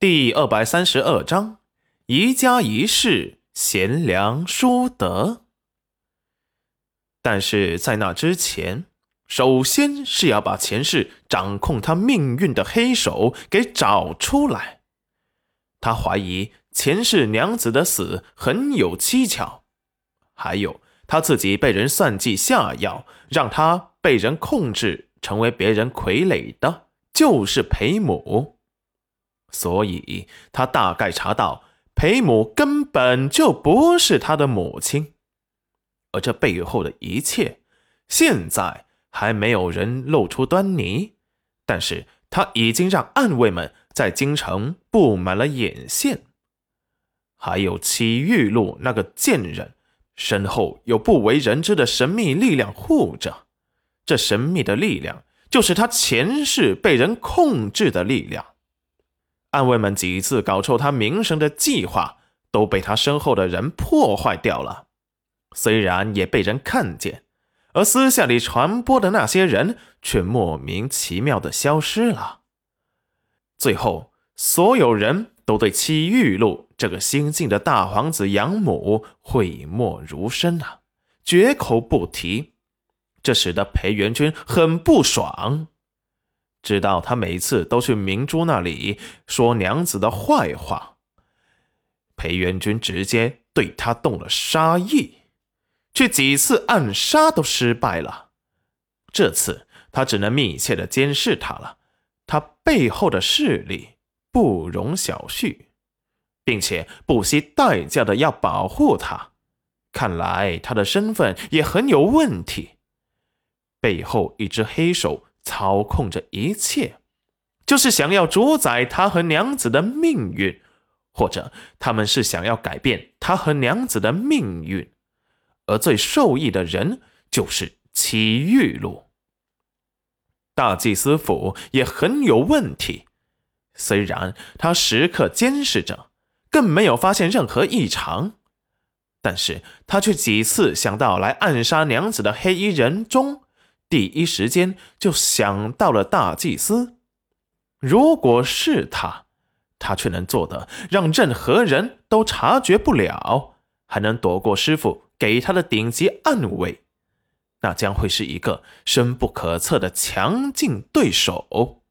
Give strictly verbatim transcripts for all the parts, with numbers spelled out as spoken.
第二百三十二章，宜家宜室，贤良淑德。但是在那之前，首先是要把前世掌控他命运的黑手给找出来。他怀疑前世娘子的死很有蹊跷，还有他自己被人算计下药，让他被人控制，成为别人傀儡的就是裴母。所以他大概查到裴母根本就不是他的母亲，而这背后的一切现在还没有人露出端倪，但是他已经让暗卫们在京城布满了眼线。还有祁玉露那个贱人身后有不为人知的神秘力量护着，这神秘的力量就是他前世被人控制的力量。暗卫们几次搞臭他名声的计划都被他身后的人破坏掉了，虽然也被人看见，而私下里传播的那些人却莫名其妙地消失了。最后所有人都对祁玉露这个新晋的大皇子养母讳莫如深啊，绝口不提。这使得裴元君很不爽，知道他每次都去明珠那里说娘子的坏话，裴元君直接对他动了杀意，却几次暗杀都失败了。这次他只能密切地监视他了，他背后的势力不容小觑，并且不惜代价的要保护他。看来他的身份也很有问题，背后一只黑手操控着一切，就是想要主宰他和娘子的命运，或者他们是想要改变他和娘子的命运，而最受益的人就是祁玉露。大祭司府也很有问题，虽然他时刻监视着，更没有发现任何异常，但是他却几次想到来暗杀娘子的黑衣人中，第一时间就想到了大祭司。如果是他，他却能做得让任何人都察觉不了，还能躲过师父给他的顶级暗卫，那将会是一个深不可测的强劲对手。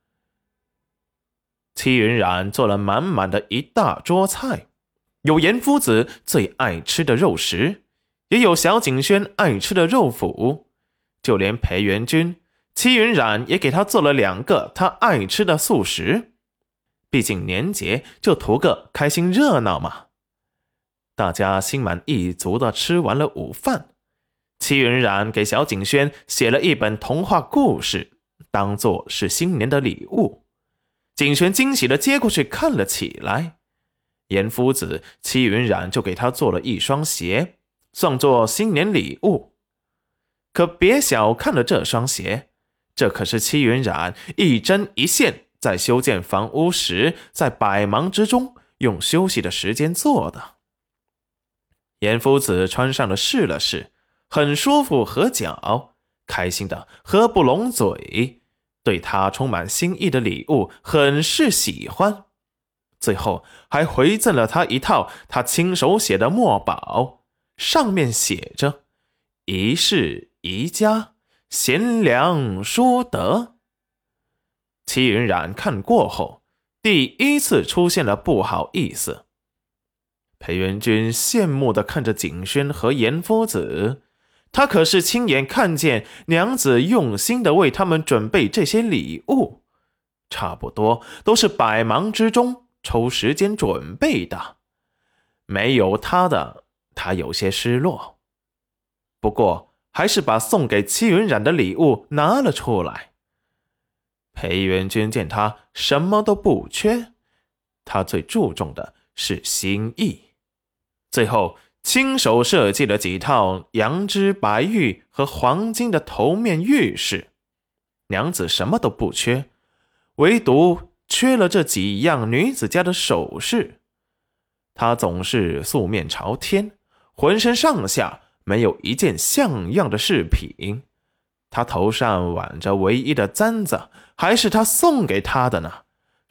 戚云染做了满满的一大桌菜，有严夫子最爱吃的肉食，也有小景轩爱吃的肉脯，就连裴元君，戚云染也给他做了两个他爱吃的素食。毕竟年节就图个开心热闹嘛。大家心满意足地吃完了午饭，戚云染给小景轩写了一本童话故事，当作是新年的礼物。景轩惊喜地接过去看了起来。严夫子、戚云染就给他做了一双鞋，算作新年礼物。可别小看了这双鞋，这可是戚云染一针一线在修建房屋时，在百忙之中用休息的时间做的。严夫子穿上了试了试，很舒服合脚，开心的合不拢嘴，对他充满新意的礼物很是喜欢。最后还回赠了他一套他亲手写的墨宝，上面写着宜室宜家，贤良淑德。戚云染看过后，第一次出现了不好意思。裴元君羡慕地看着景轩和严夫子，他可是亲眼看见娘子用心地为他们准备这些礼物，差不多都是百忙之中抽时间准备的。没有他的，他有些失落。不过还是把送给戚云染的礼物拿了出来。裴元君见他什么都不缺，他最注重的是心意。最后亲手设计了几套羊脂白玉和黄金的头面玉饰，娘子什么都不缺，唯独缺了这几样女子家的首饰。她总是素面朝天，浑身上下没有一件像样的饰品。她头上挽着唯一的簪子还是她送给她的呢，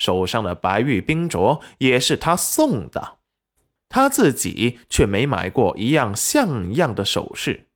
手上的白玉冰镯也是他送的，他自己却没买过一样像样的首饰。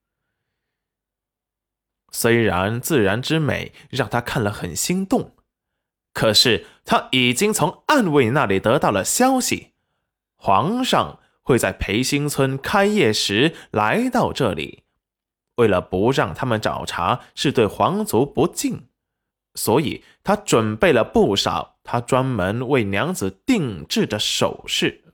虽然自然之美让他看了很心动，可是他已经从暗卫那里得到了消息，皇上会在培新村开业时来到这里。为了不让他们找茬是对皇族不敬，所以他准备了不少他专门为娘子定制的首饰。